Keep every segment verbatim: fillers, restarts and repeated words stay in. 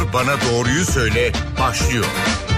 Bana Doğruyu Söyle başlıyor.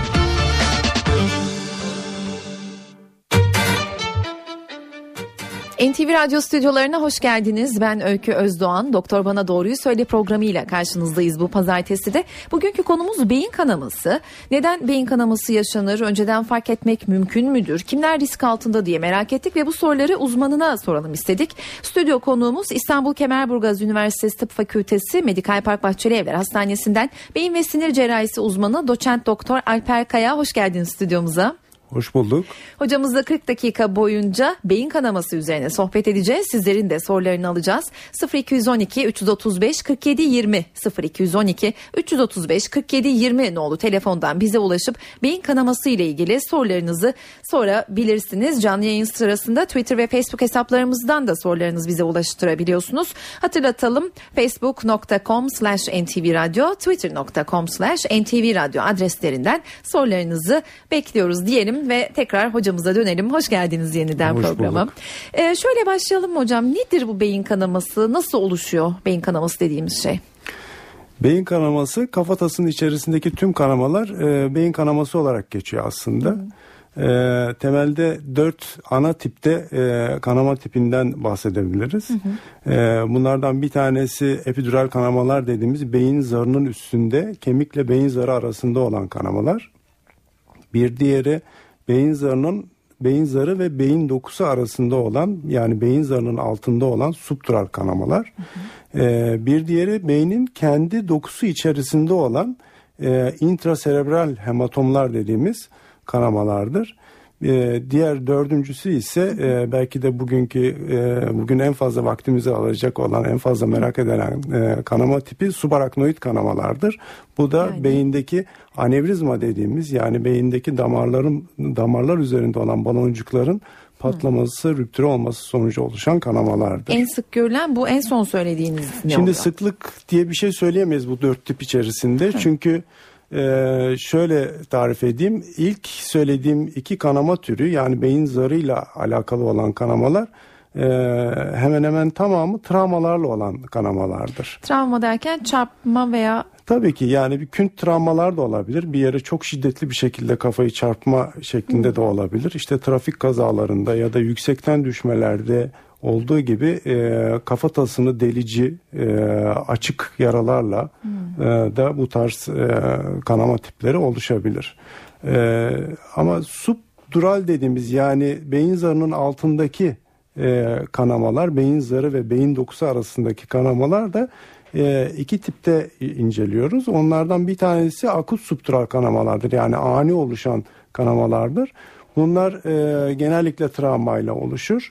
N T V Radyo stüdyolarına hoş geldiniz. Ben Öykü Özdoğan. Doktor Bana Doğruyu Söyle programıyla karşınızdayız bu pazartesi de. Bugünkü konumuz beyin kanaması. Neden beyin kanaması yaşanır? Önceden fark etmek mümkün müdür? Kimler risk altında diye merak ettik ve bu soruları uzmanına soralım istedik. Stüdyo konuğumuz İstanbul Kemerburgaz Üniversitesi Tıp Fakültesi Medikal Park Bahçeli Evler Hastanesi'nden beyin ve sinir cerrahisi uzmanı doçent doktor Alper Kaya. Hoş geldiniz stüdyomuza. Hoş bulduk. Hocamızla kırk dakika boyunca beyin kanaması üzerine sohbet edeceğiz. Sizlerin de sorularını alacağız. sıfır iki on iki üç otuz beş kırk yedi yirmi sıfır iki on iki üç otuz beş kırk yedi yirmi nolu telefondan bize ulaşıp beyin kanaması ile ilgili sorularınızı sorabilirsiniz. Canlı yayın sırasında Twitter ve Facebook hesaplarımızdan da sorularınızı bize ulaştırabiliyorsunuz. Hatırlatalım, facebook nokta com slash ntvradio, twitter nokta com slash ntvradio adreslerinden sorularınızı bekliyoruz diyelim. Ve tekrar hocamıza dönelim. Hoş geldiniz yeniden Hoş programa. Ee, şöyle başlayalım hocam. Nedir bu beyin kanaması? Nasıl oluşuyor beyin kanaması dediğimiz şey? Beyin kanaması, kafatasının içerisindeki tüm kanamalar e, beyin kanaması olarak geçiyor aslında. Hmm. E, temelde dört ana tipte e, kanama tipinden bahsedebiliriz. Hmm. E, bunlardan bir tanesi epidural kanamalar dediğimiz beyin zarının üstünde kemikle beyin zarı arasında olan kanamalar. Bir diğeri beyin zarının beyin zarı ve beyin dokusu arasında olan, yani beyin zarının altında olan subdural kanamalar. Hı hı. Ee, bir diğeri beynin kendi dokusu içerisinde olan e, intraserebral hematomlar dediğimiz kanamalardır. Ee, diğer dördüncüsü ise e, belki de bugünkü e, bugün en fazla vaktimizi alacak olan, en fazla merak edilen e, kanama tipi subaraknoid kanamalardır. Bu da yani beyindeki anevrizma dediğimiz, yani beyindeki damarların damarlar üzerinde olan baloncukların patlaması, hmm. rüptürü olması sonucu oluşan kanamalardır. En sık görülen bu, en son söylediğiniz ne Şimdi oluyor? Sıklık diye bir şey söyleyemeyiz bu dört tip içerisinde. Hmm. Çünkü Ee, şöyle tarif edeyim. İlk söylediğim iki kanama türü, yani beyin zarıyla alakalı olan kanamalar e, hemen hemen tamamı travmalarla olan kanamalardır. Travma derken çarpma veya... Tabii ki yani bir künt travmalar da olabilir. Bir yere çok şiddetli bir şekilde kafayı çarpma şeklinde hmm. de olabilir. İşte trafik kazalarında ya da yüksekten düşmelerde olduğu gibi e, kafatasını delici e, açık yaralarla hmm. e, da bu tarz e, kanama tipleri oluşabilir. E, ama subdural dediğimiz, yani beyin zarının altındaki e, kanamalar, beyin zarı ve beyin dokusu arasındaki kanamalar da e, iki tipte inceliyoruz. Onlardan bir tanesi akut subdural kanamalardır, yani ani oluşan kanamalardır. Bunlar e, genellikle travmayla oluşur.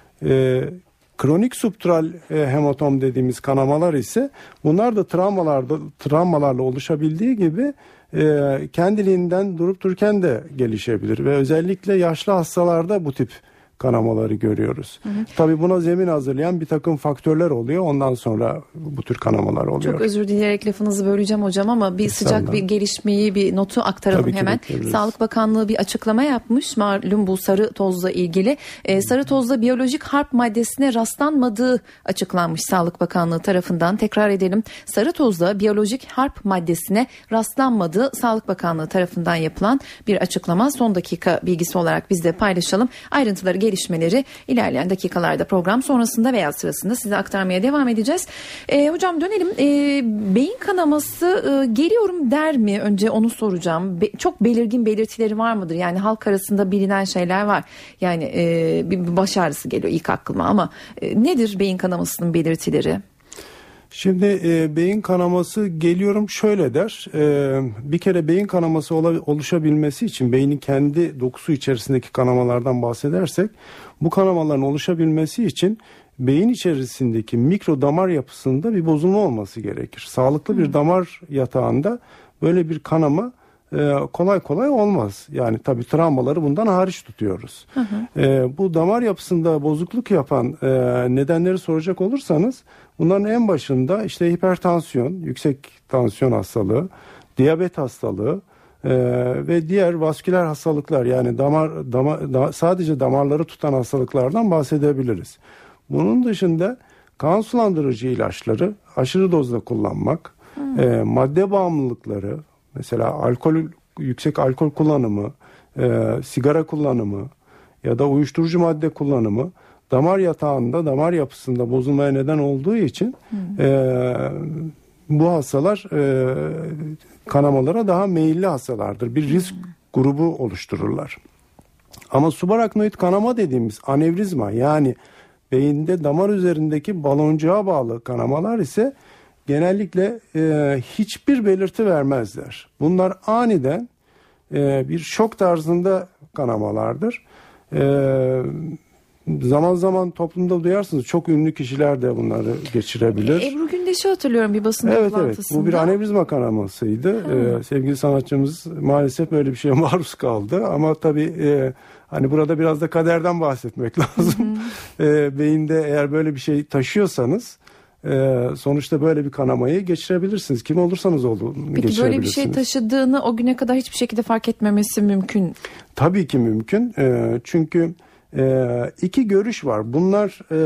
E, kronik subdural e, hematom dediğimiz kanamalar ise bunlar da travmalarda travmalarla oluşabildiği gibi e, kendiliğinden durup dururken de gelişebilir ve özellikle yaşlı hastalarda bu tip kanamaları görüyoruz. Hı hı. Tabii buna zemin hazırlayan bir takım faktörler oluyor. Ondan sonra bu tür kanamalar oluyor. Çok özür dileyerek lafınızı böleceğim hocam ama bir sıcak bir gelişmeyi, bir notu aktaralım hemen. Sağlık Bakanlığı bir açıklama yapmış. Malum bu sarı tozla ilgili. Ee, sarı tozda biyolojik harp maddesine rastlanmadığı açıklanmış Sağlık Bakanlığı tarafından. Tekrar edelim. Sarı tozda biyolojik harp maddesine rastlanmadığı Sağlık Bakanlığı tarafından yapılan bir açıklama. Son dakika bilgisi olarak biz de paylaşalım. Ayrıntıları, gelişmeleri ilerleyen dakikalarda program sonrasında veya sırasında size aktarmaya devam edeceğiz. E, hocam dönelim. E, beyin kanaması e, geliyorum der mi? Önce onu soracağım. Be, çok belirgin belirtileri var mıdır? Yani halk arasında bilinen şeyler var. Yani e, bir, bir baş ağrısı geliyor ilk aklıma ama e, nedir beyin kanamasının belirtileri? Şimdi e, beyin kanaması geliyorum şöyle der. E, bir kere beyin kanaması ola, oluşabilmesi için beynin kendi dokusu içerisindeki kanamalardan bahsedersek, bu kanamaların oluşabilmesi için beyin içerisindeki mikro damar yapısında bir bozulma olması gerekir. Sağlıklı bir damar yatağında böyle bir kanama e, kolay kolay olmaz. Yani tabii travmaları bundan hariç tutuyoruz. Hı hı. E, bu damar yapısında bozukluk yapan e, nedenleri soracak olursanız, bunların en başında işte hipertansiyon, yüksek tansiyon hastalığı, diyabet hastalığı e, ve diğer vasküler hastalıklar, yani damar, damar da, sadece damarları tutan hastalıklardan bahsedebiliriz. Bunun dışında kan sulandırıcı ilaçları aşırı dozda kullanmak, Hmm. E, madde bağımlılıkları, mesela alkol, yüksek alkol kullanımı, e, sigara kullanımı ya da uyuşturucu madde kullanımı damar yatağında, damar yapısında bozulmaya neden olduğu için hmm. e, bu hastalar e, kanamalara daha meyilli hastalardır. Bir risk hmm. grubu oluştururlar. Ama subaraknoid kanama dediğimiz anevrizma, yani beyinde damar üzerindeki baloncuğa bağlı kanamalar ise genellikle e, hiçbir belirti vermezler. Bunlar aniden e, bir şok tarzında kanamalardır. E, zaman zaman toplumda duyarsınız, çok ünlü kişiler de bunları geçirebilir. Ebru Gündeş'i hatırlıyorum bir basın evet, toplantısında. Evet, bu bir anevrizma kanamasıydı. Ee, sevgili sanatçımız maalesef böyle bir şeye maruz kaldı. Ama tabii e, hani burada biraz da kaderden bahsetmek lazım. e, beyinde eğer böyle bir şey taşıyorsanız e, sonuçta böyle bir kanamayı geçirebilirsiniz. Kim olursanız olun geçirebilirsiniz. Peki böyle bir şey taşıdığını o güne kadar hiçbir şekilde fark etmemesi mümkün? Tabii ki mümkün. E, çünkü Ee, iki görüş var. Bunlar e,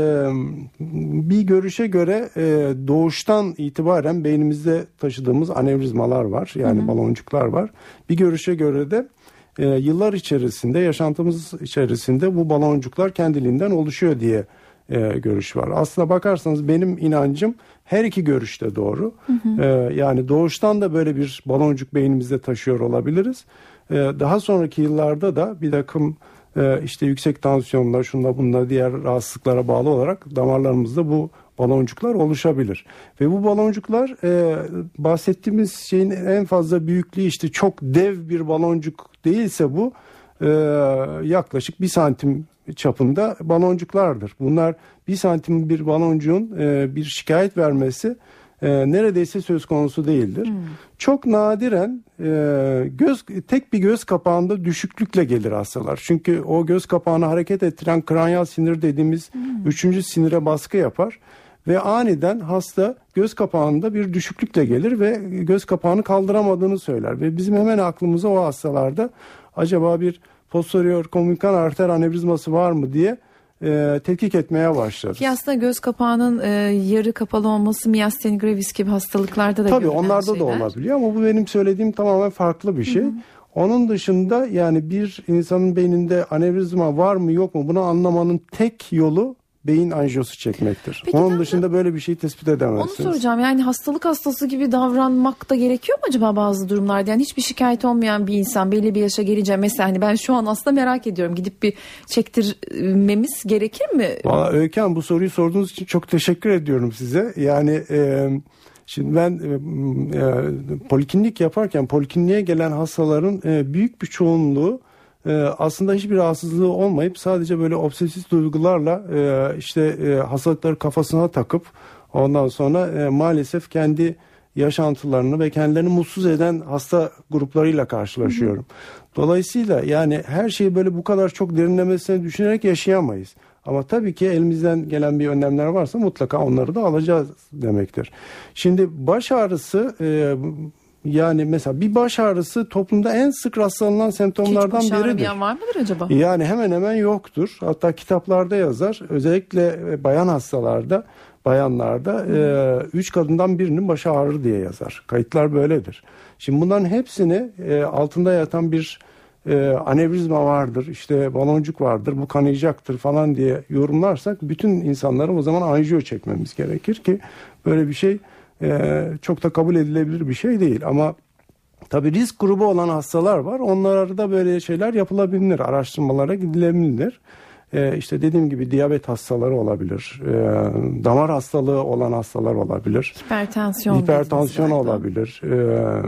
bir görüşe göre e, doğuştan itibaren beynimizde taşıdığımız anevrizmalar var. Yani hı hı. baloncuklar var. Bir görüşe göre de e, yıllar içerisinde, yaşantımız içerisinde bu baloncuklar kendiliğinden oluşuyor diye e, görüş var. Aslına bakarsanız benim inancım her iki görüşte doğru. Hı hı. E, yani doğuştan da böyle bir baloncuk beynimizde taşıyor olabiliriz. E, daha sonraki yıllarda da bir takım Ee, işte yüksek tansiyonla, şunda bunda diğer rahatsızlıklara bağlı olarak damarlarımızda bu baloncuklar oluşabilir. Ve bu baloncuklar e, bahsettiğimiz şeyin en fazla büyüklüğü işte çok dev bir baloncuk değilse bu e, yaklaşık bir santim çapında baloncuklardır. Bunlar bir santim bir baloncuğun e, bir şikayet vermesi e, neredeyse söz konusu değildir. Hmm. Çok nadiren e, göz tek bir göz kapağında düşüklükle gelir hastalar. Çünkü o göz kapağını hareket ettiren kranyal sinir dediğimiz hmm. üçüncü sinire baskı yapar. Ve aniden hasta göz kapağında bir düşüklükle gelir ve göz kapağını kaldıramadığını söyler. Ve bizim hemen aklımıza o hastalarda acaba bir posterior komünikal arter anevrizması var mı diye e, tetkik etmeye başlarız. Ki aslında göz kapağının e, yarı kapalı olması miastenia gravis gibi hastalıklarda da tabii görülen onlarda şeyler. da olabiliyor ama bu benim söylediğim tamamen farklı bir şey. Hı hı. Onun dışında yani bir insanın beyninde anevrizma var mı yok mu bunu anlamanın tek yolu beyin anjiyosu çekmektir. Peki, onun dışında böyle bir şey tespit edemezsiniz. Onu soracağım, yani hastalık hastası gibi davranmak da gerekiyor mu acaba bazı durumlarda? Yani hiçbir şikayet olmayan bir insan belli bir yaşa gelince mesela hani ben şu an aslında merak ediyorum, gidip bir çektirmemiz gerekir mi? Valla Öykü Hanım, bu soruyu sorduğunuz için çok teşekkür ediyorum size. Yani e, şimdi ben e, e, poliklinik yaparken polikliniğe gelen hastaların e, büyük bir çoğunluğu Ee, aslında hiçbir rahatsızlığı olmayıp sadece böyle obsesif duygularla e, işte e, hastalıkları kafasına takıp ondan sonra e, maalesef kendi yaşantılarını ve kendilerini mutsuz eden hasta gruplarıyla karşılaşıyorum. Hı hı. Dolayısıyla yani her şeyi böyle bu kadar çok derinlemesine düşünerek yaşayamayız. Ama tabii ki elimizden gelen bir önlemler varsa mutlaka onları da alacağız demektir. Şimdi baş ağrısı... E, Yani mesela bir baş ağrısı toplumda en sık rastlanılan semptomlardan Hiç baş biridir. Hiç var mıdır acaba? Yani hemen hemen yoktur. Hatta kitaplarda yazar. Özellikle bayan hastalarda, bayanlarda hmm. e, üç kadından birinin başı ağrır diye yazar. Kayıtlar böyledir. Şimdi bunların hepsini e, altında yatan bir e, anevrizma vardır, işte baloncuk vardır, bu kanayacaktır falan diye yorumlarsak bütün insanlara o zaman anjiyo çekmemiz gerekir ki böyle bir şey Ee, çok da kabul edilebilir bir şey değil. Ama tabii risk grubu olan hastalar var. Onlarda böyle şeyler yapılabilir. Araştırmalara gidilebilir. Ee, işte dediğim gibi diyabet hastaları olabilir. Ee, damar hastalığı olan hastalar olabilir. Hipertansiyon. Hipertansiyon olabilir. Ee,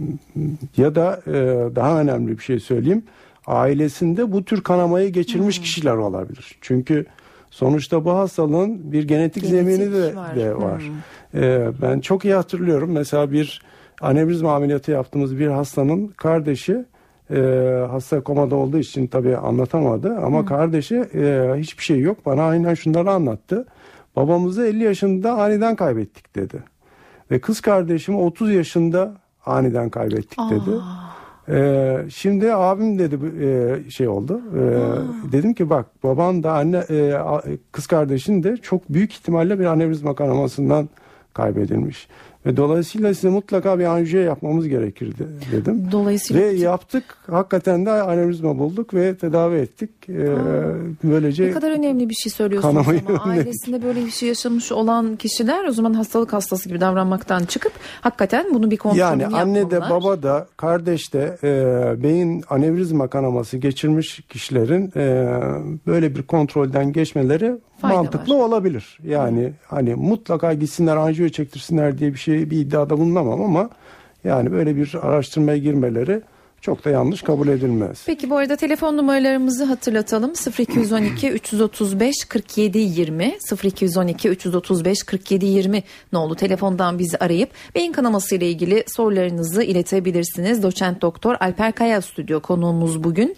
ya da e, daha önemli bir şey söyleyeyim. Ailesinde bu tür kanamayı geçirmiş hmm. kişiler olabilir. Çünkü sonuçta bu hastalığın bir genetik, genetik zemini de var. De var. Hmm. Ee, ben çok iyi hatırlıyorum. Mesela bir anevrizma ameliyatı yaptığımız bir hastanın kardeşi e, hasta komada olduğu için tabii anlatamadı. Ama hmm. kardeşi e, hiçbir şey yok. Bana aynen şunları anlattı. Babamızı elli yaşında aniden kaybettik dedi. Ve kız kardeşimi otuz yaşında aniden kaybettik Aa. dedi. Ee, şimdi abim dedi e, şey oldu. Ee, dedim ki bak baban da anne e, kız kardeşin de çok büyük ihtimalle bir anevrizma kanamasından kaybedilmiş. Ve dolayısıyla size mutlaka bir anjiyo yapmamız gerekir dedim. Dolayısıyla ve yaptık. Hakikaten de anevrizma bulduk ve tedavi ettik. Ee, böylece ne kadar önemli bir şey söylüyorsunuz ama ailesinde böyle bir şey yaşamış olan kişiler o zaman hastalık hastası gibi davranmaktan çıkıp hakikaten bunu bir kontrolünü yani yapmalılar. Anne de baba da kardeş de e, beyin anevrizma kanaması geçirmiş kişilerin e, böyle bir kontrolden geçmeleri fayda mantıklı var. Olabilir. Yani Hı. hani mutlaka gitsinler anjiyo çektirsinler diye bir şey bir iddiada bulunamam ama yani böyle bir araştırmaya girmeleri çok da yanlış kabul edilmez. Peki bu arada telefon numaralarımızı hatırlatalım. sıfır iki on iki üç otuz beş kırk yedi yirmi sıfır iki on iki üç otuz beş kırk yedi yirmi nolu telefondan bizi arayıp beyin kanaması ile ilgili sorularınızı iletebilirsiniz. Doçent Doktor Alper Kaya stüdyo konuğumuz bugün.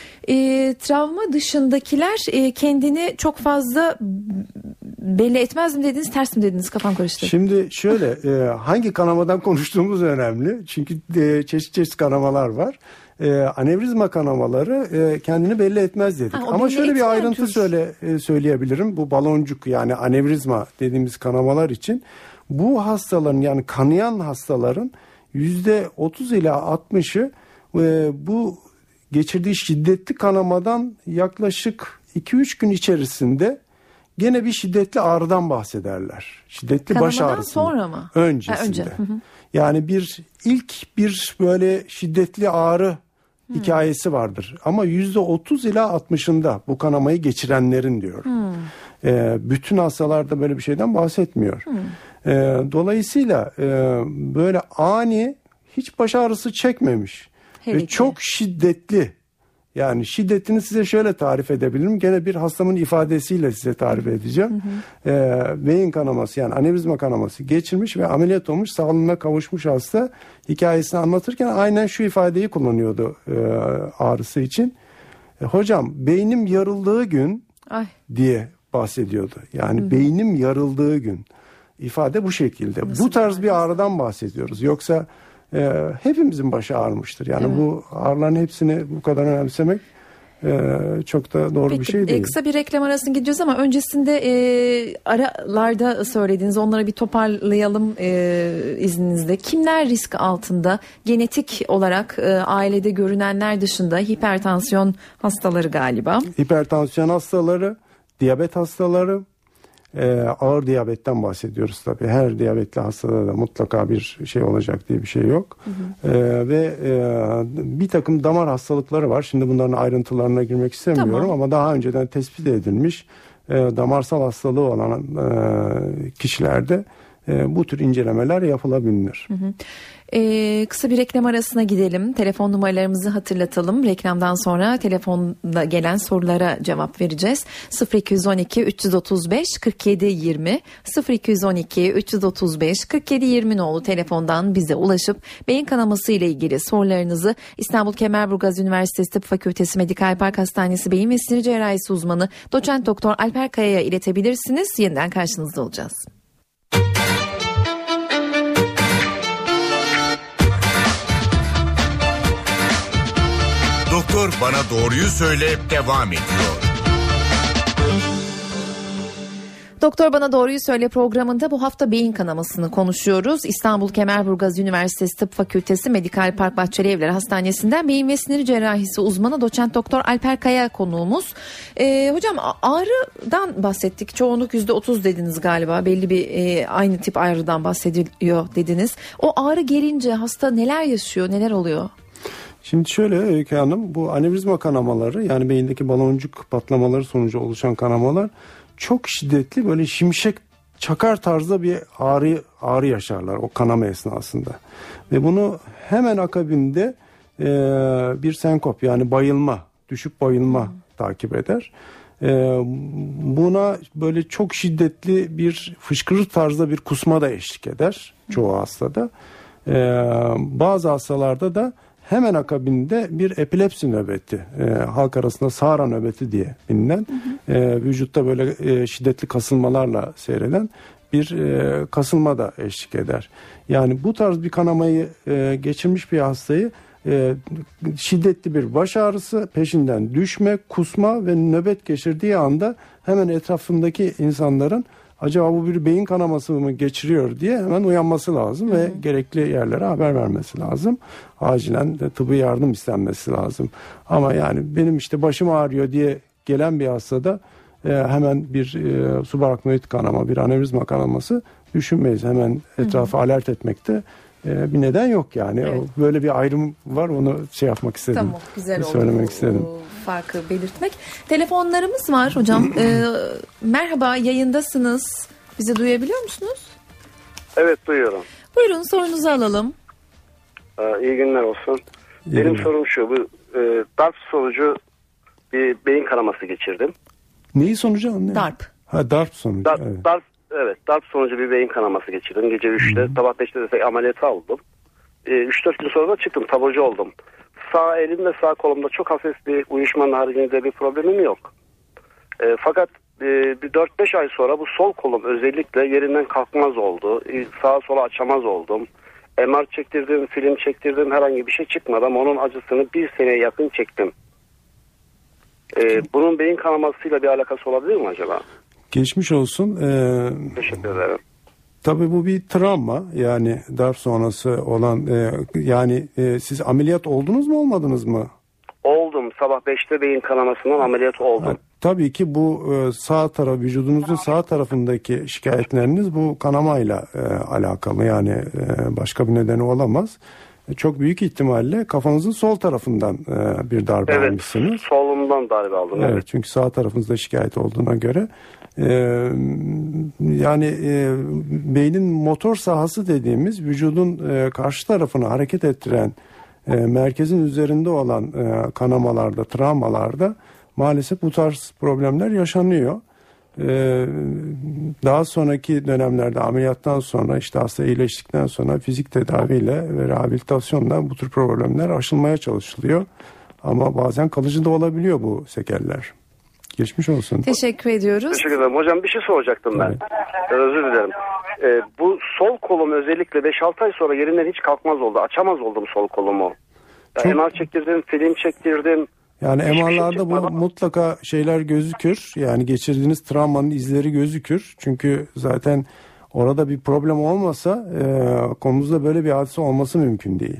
E, travma dışındakiler e, kendini çok fazla belli etmez mi dediniz, ters mi dediniz? Kafam karıştı. Şimdi şöyle e, hangi kanamadan konuştuğumuz önemli. Çünkü e, çeşit çeşit kanamalar var. E, anevrizma kanamaları e, kendini belli etmez dedik. Ha, ama şöyle bir ayrıntı tür. söyle e, söyleyebilirim. Bu baloncuk yani anevrizma dediğimiz kanamalar için bu hastaların yani kanayan hastaların yüzde otuz ila altmışı e, bu geçirdiği şiddetli kanamadan yaklaşık iki üç gün içerisinde gene bir şiddetli ağrıdan bahsederler. Şiddetli kanamadan baş ağrısı. sonra mı? Öncesinde. Ha, önce. Hı hı. Yani bir ilk bir böyle şiddetli ağrı hı. hikayesi vardır. Ama yüzde otuz ila altmışında bu kanamayı geçirenlerin diyor. Hı. Ee, bütün hastalarda böyle bir şeyden bahsetmiyor. Hı. Ee, dolayısıyla e, böyle ani hiç baş ağrısı çekmemiş. Ve ki. Çok şiddetli. Yani şiddetini size şöyle tarif edebilirim. Gene bir hastamın ifadesiyle size tarif edeceğim. Hı hı. Ee, beyin kanaması yani anevrizma kanaması geçirmiş ve ameliyat olmuş, sağlığına kavuşmuş hasta hikayesini anlatırken aynen şu ifadeyi kullanıyordu e, ağrısı için. E, hocam beynim yarıldığı gün Ay. diye bahsediyordu. Yani hı hı. beynim yarıldığı gün. İfade bu şekilde. Nasıl bu tarz bir ağrıdan bahsediyoruz. Yoksa e, hepimizin başı ağrımıştır. Yani evet. bu ağrıların hepsini bu kadar önemsemek e, çok da doğru Peki, bir şey değil. E, kısa bir reklam arasına gideceğiz ama öncesinde e, aralarda söylediğiniz onları bir toparlayalım e, izninizle. Kimler risk altında? Genetik olarak e, ailede görünenler dışında hipertansiyon hastaları galiba. Hipertansiyon hastaları, diyabet hastaları, Ee, ağır diyabetten bahsediyoruz tabii. Her diyabetli hastada da mutlaka bir şey olacak diye bir şey yok. Hı hı. Ee, ve e, bir takım damar hastalıkları var. Şimdi bunların ayrıntılarına girmek istemiyorum tamam. ama daha önceden tespit edilmiş e, damarsal hastalığı olan e, kişilerde e, bu tür incelemeler yapılabilir. Hı hı. Ee, kısa bir reklam arasına gidelim. Telefon numaralarımızı hatırlatalım. Reklamdan sonra telefonda gelen sorulara cevap vereceğiz. sıfır iki on iki üç otuz beş kırk yedi yirmi sıfır iki on iki üç otuz beş kırk yedi yirmi nolu telefondan bize ulaşıp beyin kanaması ile ilgili sorularınızı İstanbul Kemerburgaz Üniversitesi Tıp Fakültesi Medikal Park Hastanesi Beyin ve Sinir Cerrahisi uzmanı Doçent Doktor Alper Kaya'ya iletebilirsiniz. Yeniden karşınızda olacağız. Doktor Bana Doğruyu Söyle devam ediyor. Doktor Bana Doğruyu Söyle programında bu hafta beyin kanamasını konuşuyoruz. İstanbul Kemerburgaz Üniversitesi Tıp Fakültesi Medikal Park Bahçeli Evler Hastanesi'nden beyin ve sinir cerrahisi uzmanı Doçent Doktor Alper Kaya konuğumuz. Ee, hocam ağrıdan bahsettik. Çoğunluk yüzde otuz dediniz galiba. Belli bir e, aynı tip ağrıdan bahsediliyor dediniz. O ağrı gelince hasta neler yaşıyor, neler oluyor? Şimdi şöyle Öykü Hanım, bu anevrizma kanamaları yani beyindeki baloncuk patlamaları sonucu oluşan kanamalar çok şiddetli böyle şimşek çakar tarzda bir ağrı ağrı yaşarlar o kanama esnasında. Ve bunu hemen akabinde e, bir senkop yani bayılma, düşüp bayılma hmm. takip eder. E, buna böyle çok şiddetli bir fışkırır tarzda bir kusma da eşlik eder çoğu hastada. E, bazı hastalarda da hemen akabinde bir epilepsi nöbeti, e, halk arasında Sahara nöbeti diye bilinen, hı hı. E, vücutta böyle e, şiddetli kasılmalarla seyreden bir e, kasılma da eşlik eder. Yani bu tarz bir kanamayı e, geçirmiş bir hastayı e, şiddetli bir baş ağrısı, peşinden düşme, kusma ve nöbet geçirdiği anda hemen etrafındaki insanların acaba bu bir beyin kanaması mı geçiriyor diye hemen uyanması lazım hı hı. ve gerekli yerlere haber vermesi lazım. Acilen de tıbbi yardım istenmesi lazım. Ama yani benim işte başım ağrıyor diye gelen bir hastada e, hemen bir e, subaraknoid kanama, bir anevrizma kanaması düşünmeyiz. Hemen etrafı hı hı. alert etmekte e, bir neden yok yani. Evet. Böyle bir ayrım var, onu şey yapmak istedim. Tamam, güzel söylemek oldu. istedim. Farkı belirtmek. Telefonlarımız var hocam. Ee, merhaba, yayındasınız. Bizi duyabiliyor musunuz? Evet, duyuyorum. Buyurun, sorunuzu alalım. Ee, iyi günler olsun. İyi Benim günler. sorum şu. Bu e, darp sonucu bir beyin kanaması geçirdim. Neyi sonucu anlayın? Darp. Ha, darp sonucu. Darp, evet. darp, evet, darp sonucu bir beyin kanaması geçirdim. Gece üçte, sabah beşte de ameliyatı aldım. üç dört gün sonra da çıktım, taburcu oldum. Sağ elim ve sağ kolumda çok hafif bir uyuşmanın haricinde bir problemim yok. E, fakat e, bir dört beş ay sonra bu sol kolum özellikle yerinden kalkmaz oldu. E, sağa sola açamaz oldum. M R çektirdim, film çektirdim, herhangi bir şey çıkmadı ama onun acısını bir seneye yakın çektim. E, bunun beyin kanamasıyla bir alakası olabilir mi acaba? Geçmiş olsun. Ee, Teşekkür ederim. Tabii bu bir travma, yani darp sonrası olan e, yani e, siz ameliyat oldunuz mu, olmadınız mı? Oldum. Sabah beşte beyin kanamasından ameliyat oldum. Ha, tabii ki bu e, sağ taraf, vücudunuzun sağ tarafındaki şikayetleriniz bu kanamayla e, alakalı, yani e, başka bir nedeni olamaz. E, çok büyük ihtimalle kafanızın sol tarafından e, bir darbe evet, almışsınız. Evet, solumdan darbe aldım. Evet, evet. Çünkü sağ tarafınızda şikayet olduğuna göre e, yani e, beynin motor sahası dediğimiz vücudun e, karşı tarafını hareket ettiren e, merkezin üzerinde olan e, kanamalarda, travmalarda maalesef bu tarz problemler yaşanıyor. Ee, daha sonraki dönemlerde ameliyattan sonra, işte hasta iyileştikten sonra fizik tedaviyle ve rehabilitasyonla bu tür problemler aşılmaya çalışılıyor. Ama bazen kalıcı da olabiliyor bu sekeller. Geçmiş olsun. Teşekkür ediyoruz. Teşekkür ederim. Hocam bir şey soracaktım ben. Evet. Özür dilerim. Ee, bu sol kolum özellikle beş altı ay sonra yerinden hiç kalkmaz oldu. Açamaz oldum sol kolumu. Yani M R çektirdim, film çektirdim. Yani Hiçbir M R'larda şey bu mutlaka şeyler gözükür. Yani geçirdiğiniz travmanın izleri gözükür. Çünkü zaten orada bir problem olmasa e, kolunuzda böyle bir hadise olması mümkün değil.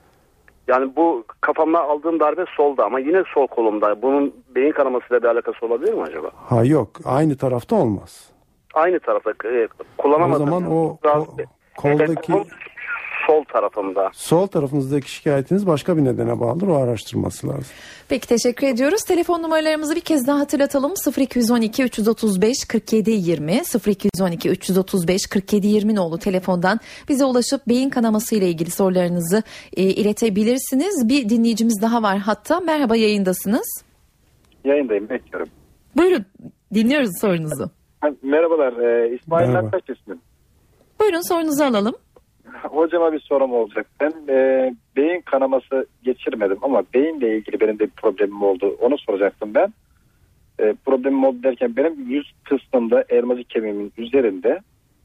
Yani bu kafamda aldığım darbe solda ama yine sol kolumda. Bunun beyin kanamasıyla bir alakası olabilir mi acaba? Ha yok, aynı tarafta olmaz. Aynı tarafta e, kullanamadım. O zaman o ko- koldaki... Evet, sol tarafımda. Sol tarafınızdaki şikayetiniz başka bir nedene bağlıdır. O araştırması lazım. Peki, teşekkür ediyoruz. Telefon numaralarımızı bir kez daha hatırlatalım. sıfır iki on iki üç otuz beş kırk yedi yirmi sıfır iki on iki üç otuz beş kırk yedi yirmi nolu telefondan bize ulaşıp beyin kanaması ile ilgili sorularınızı e, iletebilirsiniz. Bir dinleyicimiz daha var hatta. Merhaba, yayındasınız. Yayındayım, bekliyorum. Buyurun, dinliyoruz sorunuzu. Merhabalar, e, İsmail Naktaş ismim. Buyurun, sorunuzu alalım. Hocama bir sorum olacak. Ben e, beyin kanaması geçirmedim ama beyinle ilgili benim de bir problemim oldu. Onu soracaktım ben. E, problemim oldu derken benim yüz kısmında, elmacık kemiğimin üzerinde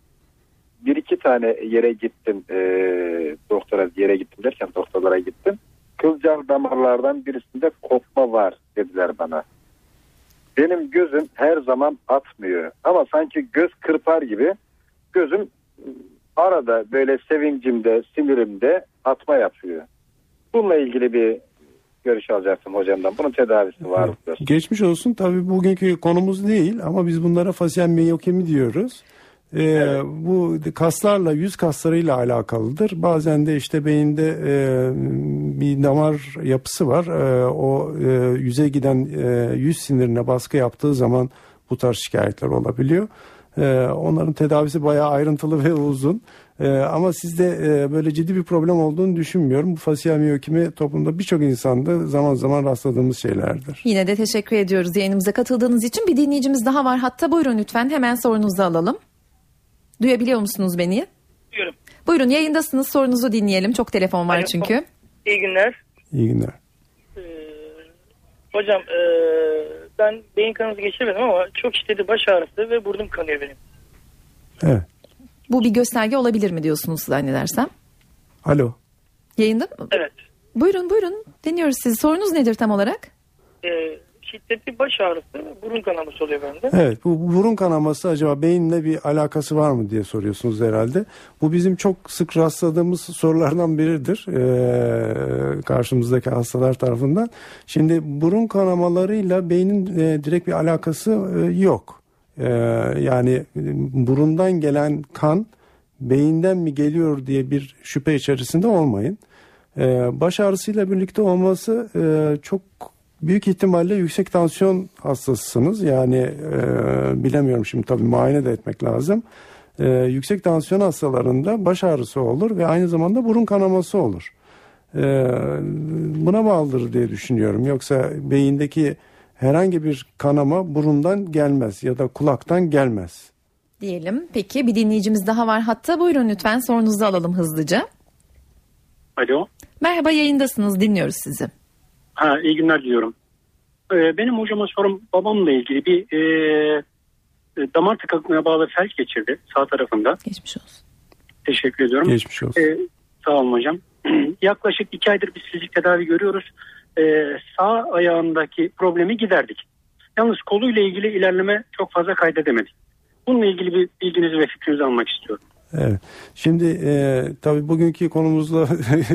bir iki tane yere gittim. E, doktora yere gittim derken doktorlara gittim. Kılcal damarlardan birisinde kopma var dediler bana. Benim gözüm her zaman atmıyor. Ama sanki göz kırpar gibi gözüm arada böyle sevincimde, sinirimde atma yapıyor. Bununla ilgili bir görüş alacaktım hocamdan. Bunun tedavisi var mıdır? Geçmiş olsun. Tabii bugünkü konumuz değil ama biz bunlara fasyal miyokemi diyoruz. Ee, evet. Bu kaslarla, yüz kaslarıyla alakalıdır. Bazen de işte beyinde e, bir damar yapısı var. E, o e, yüze giden e, yüz sinirine baskı yaptığı zaman bu tarz şikayetler olabiliyor. Ee, onların tedavisi bayağı ayrıntılı ve uzun. Ee, ama sizde e, böyle ciddi bir problem olduğunu düşünmüyorum. Bu fasyal miyokemi toplumda birçok insanda zaman zaman rastladığımız şeylerdir. Yine de teşekkür ediyoruz yayınımıza katıldığınız için. Bir dinleyicimiz daha var. Hatta buyurun lütfen, hemen sorunuzu alalım. Duyabiliyor musunuz beni? Duyuyorum. Buyurun, yayındasınız, sorunuzu dinleyelim. Çok telefon var Alo, çünkü. İyi günler. İyi günler. Ee, hocam e, ben beyin kanaması geçirmedim ama çok şiddetli baş ağrısı ve burnum kanıyor benim. Evet. Bu bir gösterge olabilir mi diyorsunuz zannedersem? Alo. Yayında mı? Evet. Buyurun buyurun, dinliyoruz sizi. Sorunuz nedir tam olarak? Ee, şiddetli baş ağrısı ve burun kanaması oluyor bende. Evet, bu burun kanaması acaba beyinle bir alakası var mı diye soruyorsunuz herhalde. Bu bizim çok sık rastladığımız sorulardan biridir ee, karşımızdaki hastalar tarafından. Şimdi burun kanamalarıyla beynin e, direkt bir alakası e, yok. E, yani burundan gelen kan beyinden mi geliyor diye bir şüphe içerisinde olmayın. Ee, baş ağrısıyla birlikte olması e, çok büyük ihtimalle yüksek tansiyon hastasısınız. Yani e, bilemiyorum şimdi tabii muayene de etmek lazım. E, yüksek tansiyon hastalarında baş ağrısı olur ve aynı zamanda burun kanaması olur. E, buna bağlıdır diye düşünüyorum. Yoksa beyindeki herhangi bir kanama burundan gelmez ya da kulaktan gelmez. Diyelim. Peki bir dinleyicimiz daha var hatta. Buyurun lütfen sorunuzu alalım hızlıca. Alo. Merhaba, yayındasınız, dinliyoruz sizi. Ha, iyi günler diliyorum. Ee, benim hocama sorum babamla ilgili bir e, damar tıkanıklığına bağlı felç geçirdi sağ tarafında. Geçmiş olsun. Teşekkür ediyorum. Geçmiş olsun. Ee, sağ olun hocam. Yaklaşık iki aydır biz fizik tedavi görüyoruz. Ee, sağ ayağındaki problemi giderdik. Yalnız koluyla ilgili ilerleme çok fazla kaydedemedik. Bununla ilgili bir bilginizi ve fikrinizi almak istiyorum. Evet. Şimdi e, tabii bugünkü konumuzla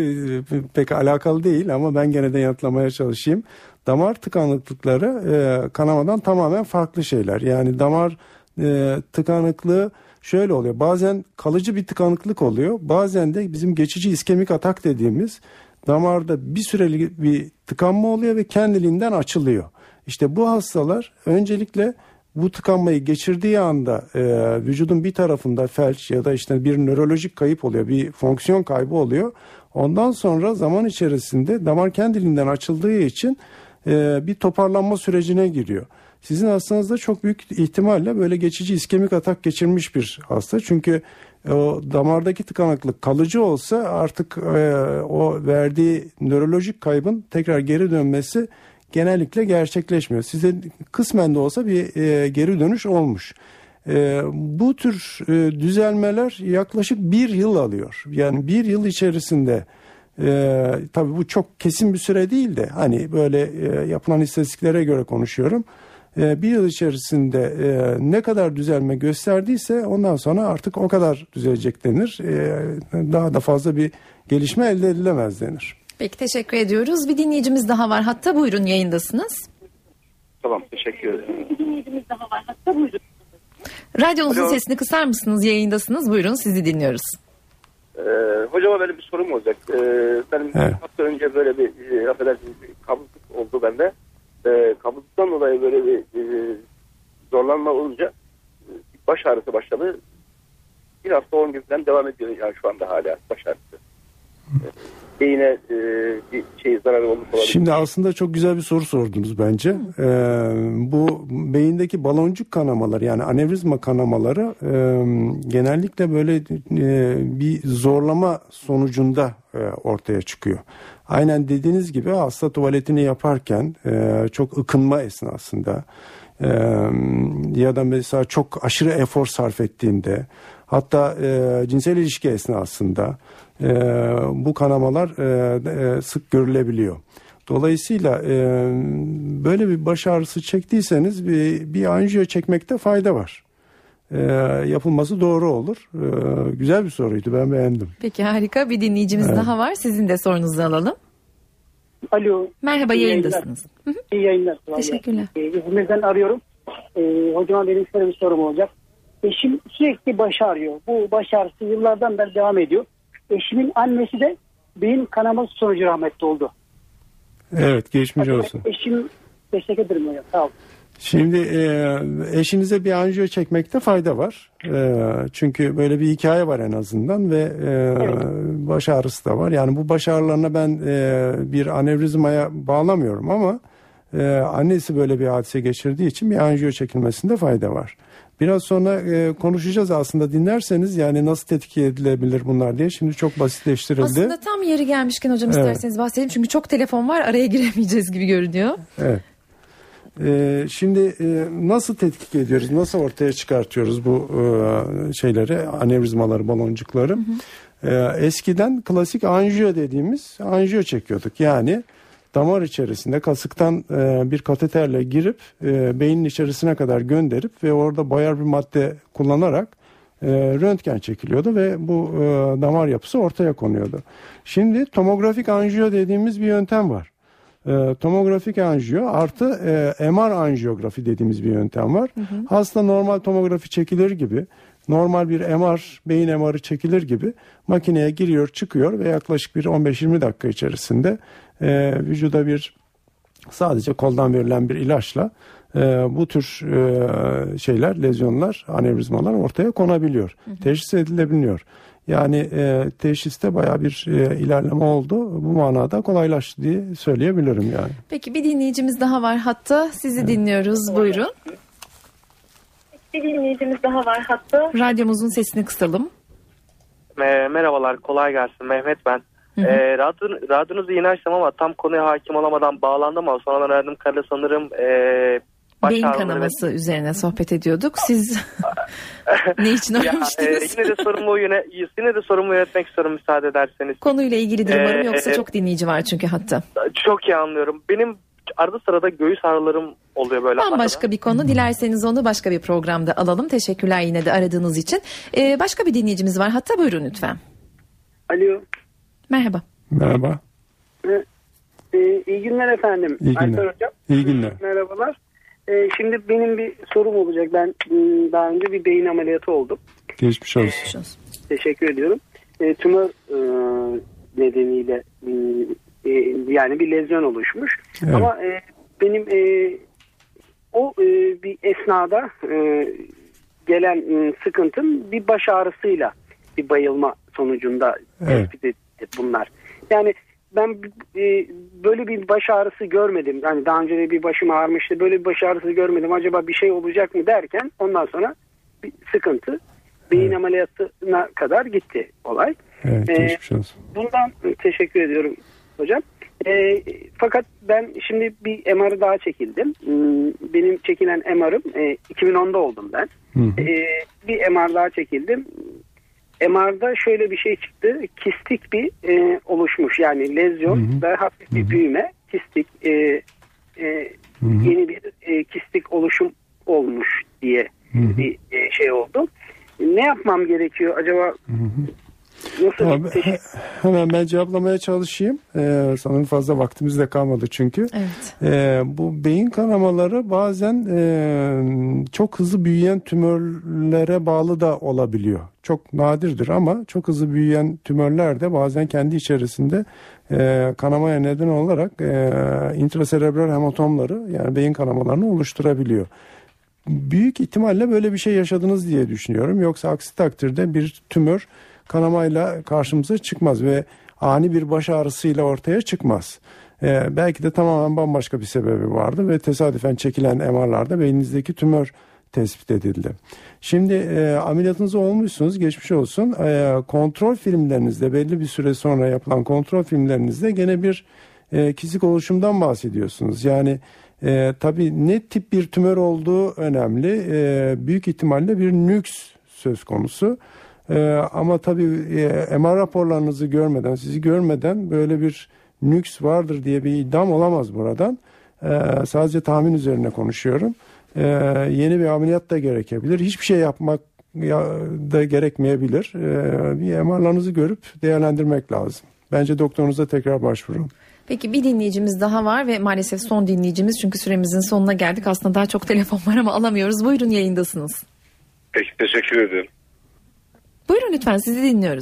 pek alakalı değil ama ben gene de yanıtlamaya çalışayım. Damar tıkanıklıkları e, kanamadan tamamen farklı şeyler. Yani damar e, tıkanıklığı şöyle oluyor. Bazen kalıcı bir tıkanıklık oluyor. Bazen de bizim geçici iskemik atak dediğimiz damarda bir süreli bir tıkanma oluyor ve kendiliğinden açılıyor. İşte bu hastalar öncelikle bu tıkanmayı geçirdiği anda e, vücudun bir tarafında felç ya da işte bir nörolojik kayıp oluyor, bir fonksiyon kaybı oluyor. Ondan sonra zaman içerisinde damar kendiliğinden açıldığı için e, bir toparlanma sürecine giriyor. Sizin hastanızda çok büyük ihtimalle böyle geçici iskemik atak geçirmiş bir hasta. Çünkü o damardaki tıkanıklık kalıcı olsa artık e, o verdiği nörolojik kaybın tekrar geri dönmesi genellikle gerçekleşmiyor. Size kısmen de olsa bir e, geri dönüş olmuş. E, bu tür e, düzelmeler yaklaşık bir yıl alıyor. Yani bir yıl içerisinde e, tabii bu çok kesin bir süre değil de hani böyle e, yapılan istatistiklere göre konuşuyorum. E, bir yıl içerisinde e, ne kadar düzelme gösterdiyse ondan sonra artık o kadar düzelecek denir. E, daha da fazla bir gelişme elde edilemez denir. Peki, teşekkür ediyoruz. Bir dinleyicimiz daha var hatta. Buyurun, yayındasınız. Tamam, teşekkür ederim. Bir dinleyicimiz daha var hatta. Buyurun. Radyonuzun Alo. sesini kısar mısınız? Yayındasınız. Buyurun, sizi dinliyoruz. Ee, hocama benim bir sorum olacak. Ee, benim Evet. hafta önce böyle bir e, affedersiniz bir kabızlık oldu bende. Ee, kabızlıktan dolayı böyle bir e, zorlanma olunca e, baş ağrısı başladı. Bir hafta on gün falan devam ediyor yani şu anda hala baş ağrısı. Ee, beyine e, bir şey zararı olmuş olabilir. Şimdi aslında çok güzel bir soru sordunuz bence. Ee, bu beyindeki baloncuk kanamaları yani anevrizma kanamaları e, genellikle böyle e, bir zorlama sonucunda e, ortaya çıkıyor. Aynen dediğiniz gibi hasta tuvaletini yaparken e, çok ıkınma esnasında e, ya da mesela çok aşırı efor sarf ettiğinde hatta e, cinsel ilişki esnasında e, bu kanamalar e, e, sık görülebiliyor. Dolayısıyla e, böyle bir baş ağrısı çektiyseniz bir, bir anjiyo çekmekte fayda var. E, yapılması doğru olur. E, güzel bir soruydu, ben beğendim. Peki, harika. Bir dinleyicimiz Evet. daha var. Sizin de sorunuzu alalım. Alo. Merhaba, İyi yayındasınız. yayınlar. İyi yayınlar. Teşekkürler. Ee, İzmir'den arıyorum. Ee, hocama benim şöyle bir sorum olacak. Eşim sürekli baş ağrıyor. Bu baş ağrısı yıllardan beri devam ediyor. Eşimin annesi de beyin kanaması sonucu rahmetli oldu. Evet, geçmiş olsun. Eşim, teşekkür ederim hocam. Sağ olun. Şimdi e, eşinize bir anjiyo çekmekte fayda var. E, çünkü böyle bir hikaye var en azından ve e, Evet. baş ağrısı da var. Yani bu baş ağrılarına ben e, bir anevrizmaya bağlamıyorum ama e, annesi böyle bir hadise geçirdiği için bir anjiyo çekilmesinde fayda var. Biraz sonra e, konuşacağız aslında, dinlerseniz yani nasıl tetkik edilebilir bunlar diye. Şimdi çok basitleştirildi. Aslında tam yeri gelmişken hocam Evet. isterseniz bahsedelim. Çünkü çok telefon var, araya giremeyeceğiz gibi görünüyor. Evet. Ee, şimdi e, nasıl tetkik ediyoruz, nasıl ortaya çıkartıyoruz bu e, şeyleri, anevrizmaları, baloncukları? Hı hı. E, eskiden klasik anjiyo dediğimiz anjiyo çekiyorduk. Yani damar içerisinde kasıktan e, bir kateterle girip e, beynin içerisine kadar gönderip ve orada bayar bir madde kullanarak e, röntgen çekiliyordu ve bu e, damar yapısı ortaya konuyordu. Şimdi tomografik anjiyo dediğimiz bir yöntem var. E, tomografik anjiyo artı e, M R anjiyografi dediğimiz bir yöntem var. Hı hı. Hasta normal tomografi çekilir gibi, normal bir M R, beyin M R'ı çekilir gibi makineye giriyor, çıkıyor ve yaklaşık bir on beş yirmi dakika içerisinde e, vücuda bir sadece koldan verilen bir ilaçla e, bu tür e, şeyler, lezyonlar, anevrizmalar ortaya konabiliyor. Hı hı. Teşhis edilebiliyor. Yani e, teşhiste bayağı bir e, ilerleme oldu. Bu manada kolaylaştı diye söyleyebilirim yani. Peki bir dinleyicimiz daha var hatta. Sizi evet. dinliyoruz. Buyurun. Bir dinleyicimiz daha var hatta. Radyomuzun sesini kısalım. E, merhabalar, kolay gelsin. Mehmet ben. E, radyo, radyonuzu yeni açtım ama tam konuya hakim olamadan bağlandım ama sonradan öğrendim kadarıyla sanırım e, beyin kanaması ve... üzerine sohbet ediyorduk. Siz ne için aramıştınız? E, yine de sorumu yine, yine de sorumu yönetmek istiyorum müsaade ederseniz. Konuyla ilgilidir umarım, yoksa e, çok dinleyici var çünkü hatta. Çok iyi anlıyorum. Benim arada sırada göğüs ağrılarım oluyor böyle. Bambaşka bir konu. Dilerseniz onu başka bir programda alalım. Teşekkürler yine de aradığınız için. Ee, başka bir dinleyicimiz var. Hatta buyurun lütfen. Alo. Merhaba. Merhaba. Ee, e, iyi günler efendim. İyi günler. Alper Hocam. İyi günler. Merhabalar. Ee, şimdi benim bir sorum olacak. Ben daha önce bir beyin ameliyatı oldum. Geçmiş olsun. Teşekkür ediyorum. E, tümör e, nedeniyle e, yani bir lezyon oluşmuş. Evet. Ama e, benim e, o e, bir esnada e, gelen e, sıkıntım bir baş ağrısıyla bir bayılma sonucunda evet. tespit edildi bunlar. Yani ben e, böyle bir baş ağrısı görmedim. Yani daha önce de bir başım ağrımıştı. Böyle bir baş ağrısı görmedim. Acaba bir şey olacak mı derken ondan sonra bir sıkıntı beyin evet. ameliyatına kadar gitti olay. Evet, geçmiş olsun. Ee, bundan teşekkür ediyorum hocam. E, fakat ben şimdi bir M R'ı daha çekildim. Benim çekilen M R'ım e, iki bin onda oldum ben. E, bir M R daha çekildim. M R'da şöyle bir şey çıktı. Kistik bir e, oluşmuş. Yani lezyon hı hı. ve hafif bir hı hı. büyüme. Kistik e, e, yeni bir e, kistik oluşum olmuş diye hı hı. bir e, şey oldu. Ne yapmam gerekiyor acaba? Hı hı. Nasıl tamam, he, hemen ben cevaplamaya çalışayım. Ee, sanırım fazla vaktimiz de kalmadı çünkü. Evet. Ee, bu beyin kanamaları bazen e, çok hızlı büyüyen tümörlere bağlı da olabiliyor. Çok nadirdir ama çok hızlı büyüyen tümörler de bazen kendi içerisinde e, kanamaya neden olarak e, intraserebral hematomları, yani beyin kanamalarını oluşturabiliyor. Büyük ihtimalle böyle bir şey yaşadınız diye düşünüyorum. Yoksa aksi takdirde bir tümör kanamayla karşımıza çıkmaz ve ani bir baş ağrısıyla ortaya çıkmaz. Ee, belki de tamamen bambaşka bir sebebi vardı ve tesadüfen çekilen M R'larda beyninizdeki tümör tespit edildi. Şimdi e, ameliyatınız olmuşsunuz, geçmiş olsun. E, kontrol filmlerinizde, belli bir süre sonra yapılan kontrol filmlerinizde gene bir e, kisik oluşumdan bahsediyorsunuz. Yani e, tabii ne tip bir tümör olduğu önemli. E, büyük ihtimalle bir nüks söz konusu. Ee, ama tabii e, M R raporlarınızı görmeden, sizi görmeden böyle bir nüks vardır diye bir iddiam olamaz buradan. Ee, sadece tahmin üzerine konuşuyorum. Ee, yeni bir ameliyat da gerekebilir. Hiçbir şey yapmak ya, da gerekmeyebilir. Ee, bir M R'larınızı görüp değerlendirmek lazım. Bence doktorunuza tekrar başvurun. Peki bir dinleyicimiz daha var ve maalesef son dinleyicimiz, çünkü süremizin sonuna geldik. Aslında daha çok telefon var ama alamıyoruz. Buyurun, yayındasınız. Peki, teşekkür ederim. Buyurun lütfen, sizi dinliyoruz.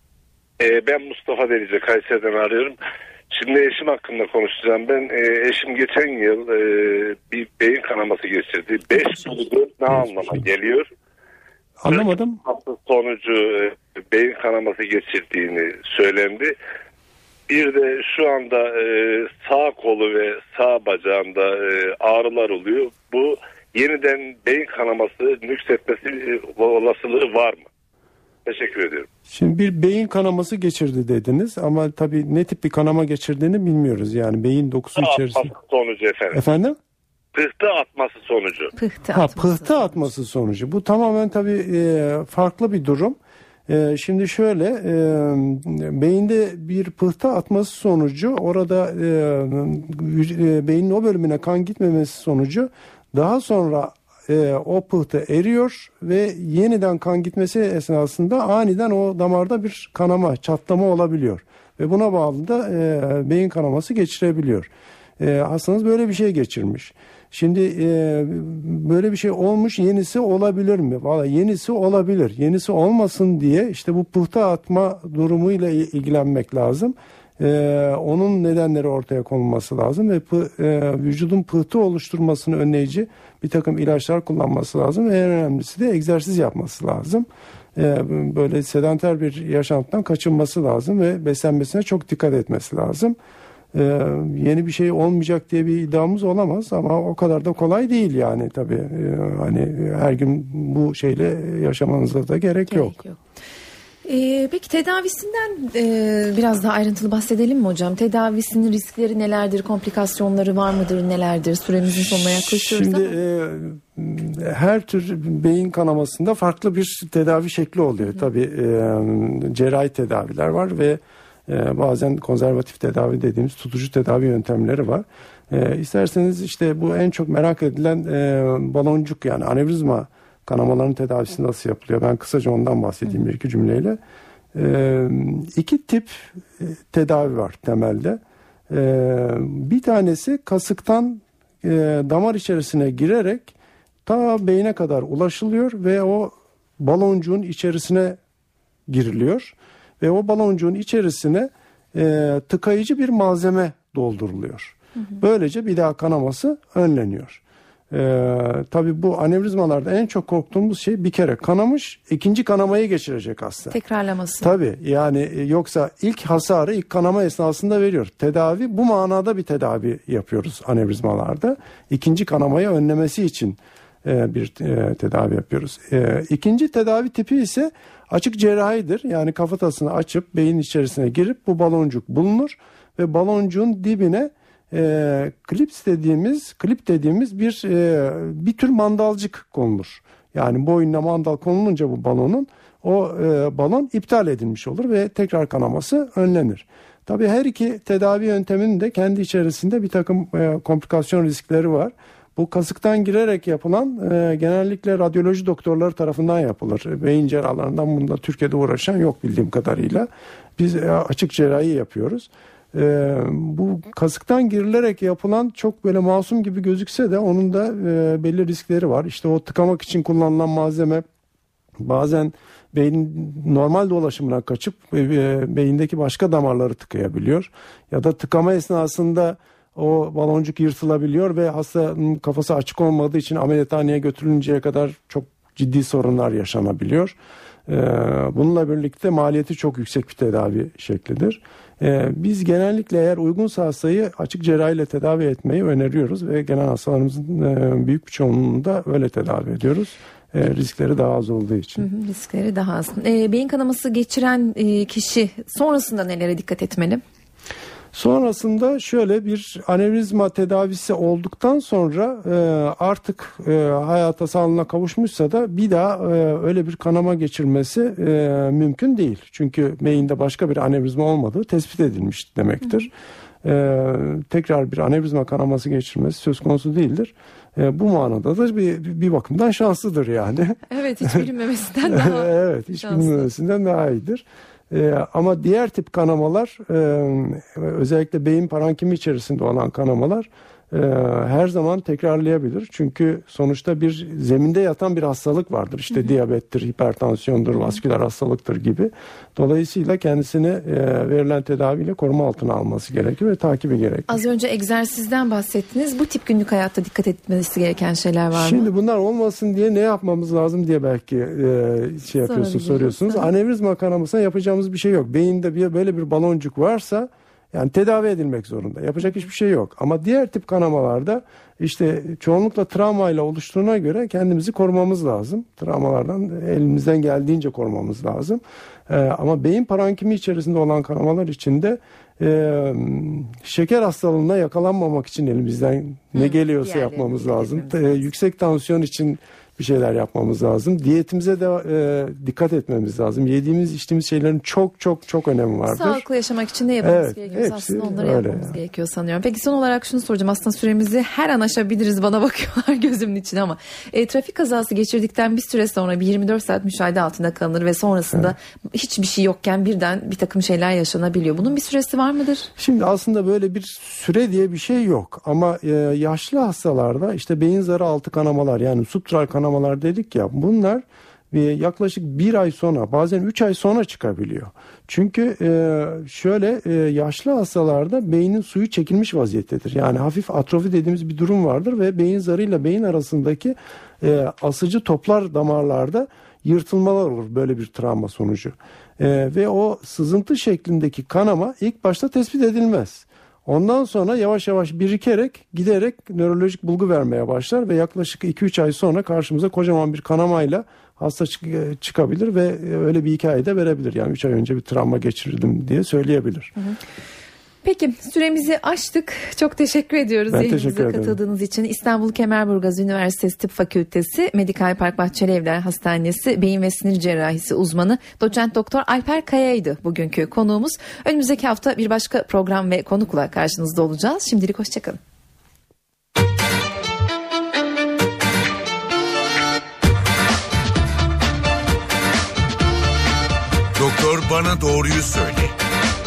Ee, ben Mustafa Delice, Kayseri'den arıyorum. Şimdi eşim hakkında konuşacağım. Ben e, eşim geçen yıl e, bir beyin kanaması geçirdi. Beş yıldır ne anlama geliyor? Anlamadım. Sonucu e, beyin kanaması geçirdiğini söylendi. Bir de şu anda e, sağ kolu ve sağ bacağında e, ağrılar oluyor. Bu yeniden beyin kanaması nüksetmesi e, olasılığı var mı? Teşekkür ediyorum. Şimdi bir beyin kanaması geçirdi dediniz ama tabii ne tip bir kanama geçirdiğini bilmiyoruz. Yani beyin dokusu pıhtı içerisinde. Atması sonucu efendim. Efendim? Pıhtı atması sonucu. Pıhtı ha, atması. Pıhtı atması sonucu. Bu tamamen tabii e, farklı bir durum. Ee, şimdi şöyle e, beyinde bir pıhtı atması sonucu orada e, e, beynin o bölümüne kan gitmemesi sonucu daha sonra e, o pıhtı eriyor ve yeniden kan gitmesi esnasında aniden o damarda bir kanama, çatlama olabiliyor. Ve buna bağlı da e, beyin kanaması geçirebiliyor. E, hastanız böyle bir şey geçirmiş. Şimdi e, böyle bir şey olmuş, yenisi olabilir mi? Vallahi yenisi olabilir. Yenisi olmasın diye işte bu pıhtı atma durumuyla ilgilenmek lazım. E, onun nedenleri ortaya konulması lazım ve pı, e, vücudun pıhtı oluşturmasını önleyici bir takım ilaçlar kullanması lazım. Ve en önemlisi de egzersiz yapması lazım. E, böyle sedanter bir yaşantıdan kaçınması lazım ve beslenmesine çok dikkat etmesi lazım. Ee, yeni bir şey olmayacak diye bir iddiamız olamaz ama o kadar da kolay değil yani tabii. Ee, hani her gün bu şeyle yaşamanıza da gerek, gerek yok. yok. Ee, peki tedavisinden e, biraz daha ayrıntılı bahsedelim mi hocam? Tedavisinin riskleri nelerdir, komplikasyonları var mıdır, nelerdir? Süremizin sonuna yaklaşıyoruz Şimdi ama. E, her tür beyin kanamasında farklı bir tedavi şekli oluyor. Hı. Tabii e, cerrahi tedaviler var ve Ee, bazen konservatif tedavi dediğimiz tutucu tedavi yöntemleri var. Ee, isterseniz işte bu en çok merak edilen e, baloncuk yani anevrizma kanamaların tedavisi nasıl yapılıyor? Ben kısaca ondan bahsedeyim bir iki cümleyle. Ee, iki tip e, tedavi var temelde. Ee, bir tanesi kasıktan e, damar içerisine girerek ta beyne kadar ulaşılıyor ve o baloncuğun içerisine giriliyor. Ve o baloncuğun içerisine e, tıkayıcı bir malzeme dolduruluyor. Hı hı. Böylece bir daha kanaması önleniyor. E, tabii bu anevrizmalarda en çok korktuğumuz şey bir kere kanamış, ikinci kanamayı geçirecek hasta. Tekrarlaması. Tabii yani e, yoksa ilk hasarı ilk kanama esnasında veriyor. Tedavi bu manada bir tedavi yapıyoruz anevrizmalarda. İkinci kanamayı önlemesi için e, bir e, tedavi yapıyoruz. E, ikinci tedavi tipi ise açık cerrahidir. Yani kafatasını açıp beyin içerisine girip bu baloncuk bulunur ve baloncuğun dibine e, klips dediğimiz, klip dediğimiz bir e, bir tür mandalcık konulur. Yani boynuna mandal konulunca bu balonun o e, balon iptal edilmiş olur ve tekrar kanaması önlenir. Tabii her iki tedavi yönteminin de kendi içerisinde bir takım e, komplikasyon riskleri var. Bu kasıktan girerek yapılan e, genellikle radyoloji doktorları tarafından yapılır. Beyin cerrahlarından bunda Türkiye'de uğraşan yok bildiğim kadarıyla. Biz e, açık cerrahi yapıyoruz. E, bu kasıktan girilerek yapılan çok böyle masum gibi gözükse de onun da e, belli riskleri var. İşte o tıkamak için kullanılan malzeme bazen beynin normal dolaşımına kaçıp e, beyindeki başka damarları tıkayabiliyor. Ya da tıkama esnasında o baloncuk yırtılabiliyor ve hastanın kafası açık olmadığı için ameliyathaneye götürülünceye kadar çok ciddi sorunlar yaşanabiliyor. Ee, bununla birlikte maliyeti çok yüksek bir tedavi şeklidir. Ee, biz genellikle eğer uygunsa hastayı açık cerrahiyle tedavi etmeyi öneriyoruz ve genel hastalarımızın e, büyük bir çoğunluğunu da öyle tedavi ediyoruz. E, riskleri daha az olduğu için. Hı hı, riskleri daha az. E, beyin kanaması geçiren e, kişi sonrasında nelere dikkat etmeli? Sonrasında şöyle bir anevrizma tedavisi olduktan sonra e, artık e, hayata sağlığına kavuşmuşsa da bir daha e, öyle bir kanama geçirmesi e, mümkün değil. Çünkü beyinde başka bir anevrizma olmadığı tespit edilmiş demektir. E, tekrar bir anevrizma kanaması geçirmesi söz konusu değildir. E, bu manada da bir, bir bakımdan şanslıdır yani. Evet, hiç bilinmemesinden daha Evet, hiç şanslı. bilinmemesinden daha iyidir. Ee, ama diğer tip kanamalar e, özellikle beyin parankimi içerisinde olan kanamalar e, her zaman tekrarlayabilir. Çünkü sonuçta bir zeminde yatan bir hastalık vardır. İşte hı hı. diyabettir, hipertansiyondur, vasküler hastalıktır gibi. Dolayısıyla kendisini e, verilen tedaviyle koruma altına alması gerekiyor ve takibi gerekiyor. Az önce egzersizden bahsettiniz. Bu tip günlük hayatta dikkat etmesi gereken şeyler var mı? Şimdi bunlar olmasın diye ne yapmamız lazım diye belki e, şey yapıyorsunuz, soruyorsunuz. Sana. Anevrizma kanamasına yapacağımız bir şey yok. Beyinde bir böyle bir baloncuk varsa yani tedavi edilmek zorunda. Yapacak hiçbir şey yok. Ama diğer tip kanamalarda işte çoğunlukla travmayla oluştuğuna göre kendimizi korumamız lazım. Travmalardan elimizden geldiğince korumamız lazım. Ee, ama beyin parankimi içerisinde olan kanamalar için de e, şeker hastalığına yakalanmamak için elimizden ne geliyorsa yapmamız lazım. E, yüksek tansiyon için bir şeyler yapmamız lazım. Diyetimize de e, dikkat etmemiz lazım. Yediğimiz içtiğimiz şeylerin çok çok çok önemi vardır. Sağlıklı yaşamak için ne yapmamız evet, gerekiyorsa aslında onları öyle yapmamız ya. gerekiyor sanıyorum. Peki son olarak şunu soracağım. Aslında süremizi her an aşabiliriz, bana bakıyorlar gözümün içine ama e, trafik kazası geçirdikten bir süre sonra bir yirmi dört saat müşahede altında kalınır ve sonrasında evet. hiçbir şey yokken birden bir takım şeyler yaşanabiliyor. Bunun bir süresi var mıdır? Şimdi aslında böyle bir süre diye bir şey yok ama e, yaşlı hastalarda işte beyin zarı altı kanamalar, yani subdural kanamalar dedik ya, bunlar e, yaklaşık bir ay sonra, bazen üç ay sonra çıkabiliyor. Çünkü e, şöyle e, yaşlı hastalarda beynin suyu çekilmiş vaziyettedir. Yani hafif atrofi dediğimiz bir durum vardır ve beyin zarıyla beyin arasındaki e, asıcı toplar damarlarda yırtılmalar olur böyle bir travma sonucu. E, ve o sızıntı şeklindeki kanama ilk başta tespit edilmez. Ondan sonra yavaş yavaş birikerek giderek nörolojik bulgu vermeye başlar ve yaklaşık iki üç ay sonra karşımıza kocaman bir kanamayla hasta çık- çıkabilir ve öyle bir hikaye de verebilir. Yani üç ay önce bir travma geçirdim diye söyleyebilir. Hı hı. Peki süremizi aştık. Çok teşekkür ediyoruz ben yayınımıza teşekkür katıldığınız için. İstanbul Kemerburgaz Üniversitesi Tıp Fakültesi Medikal Park Bahçelievler Hastanesi Beyin ve Sinir Cerrahisi uzmanı Doçent Doktor Alper Kaya'ydı bugünkü konuğumuz. Önümüzdeki hafta bir başka program ve konukla karşınızda olacağız. Şimdilik hoşçakalın. Doktor Bana Doğruyu Söyle.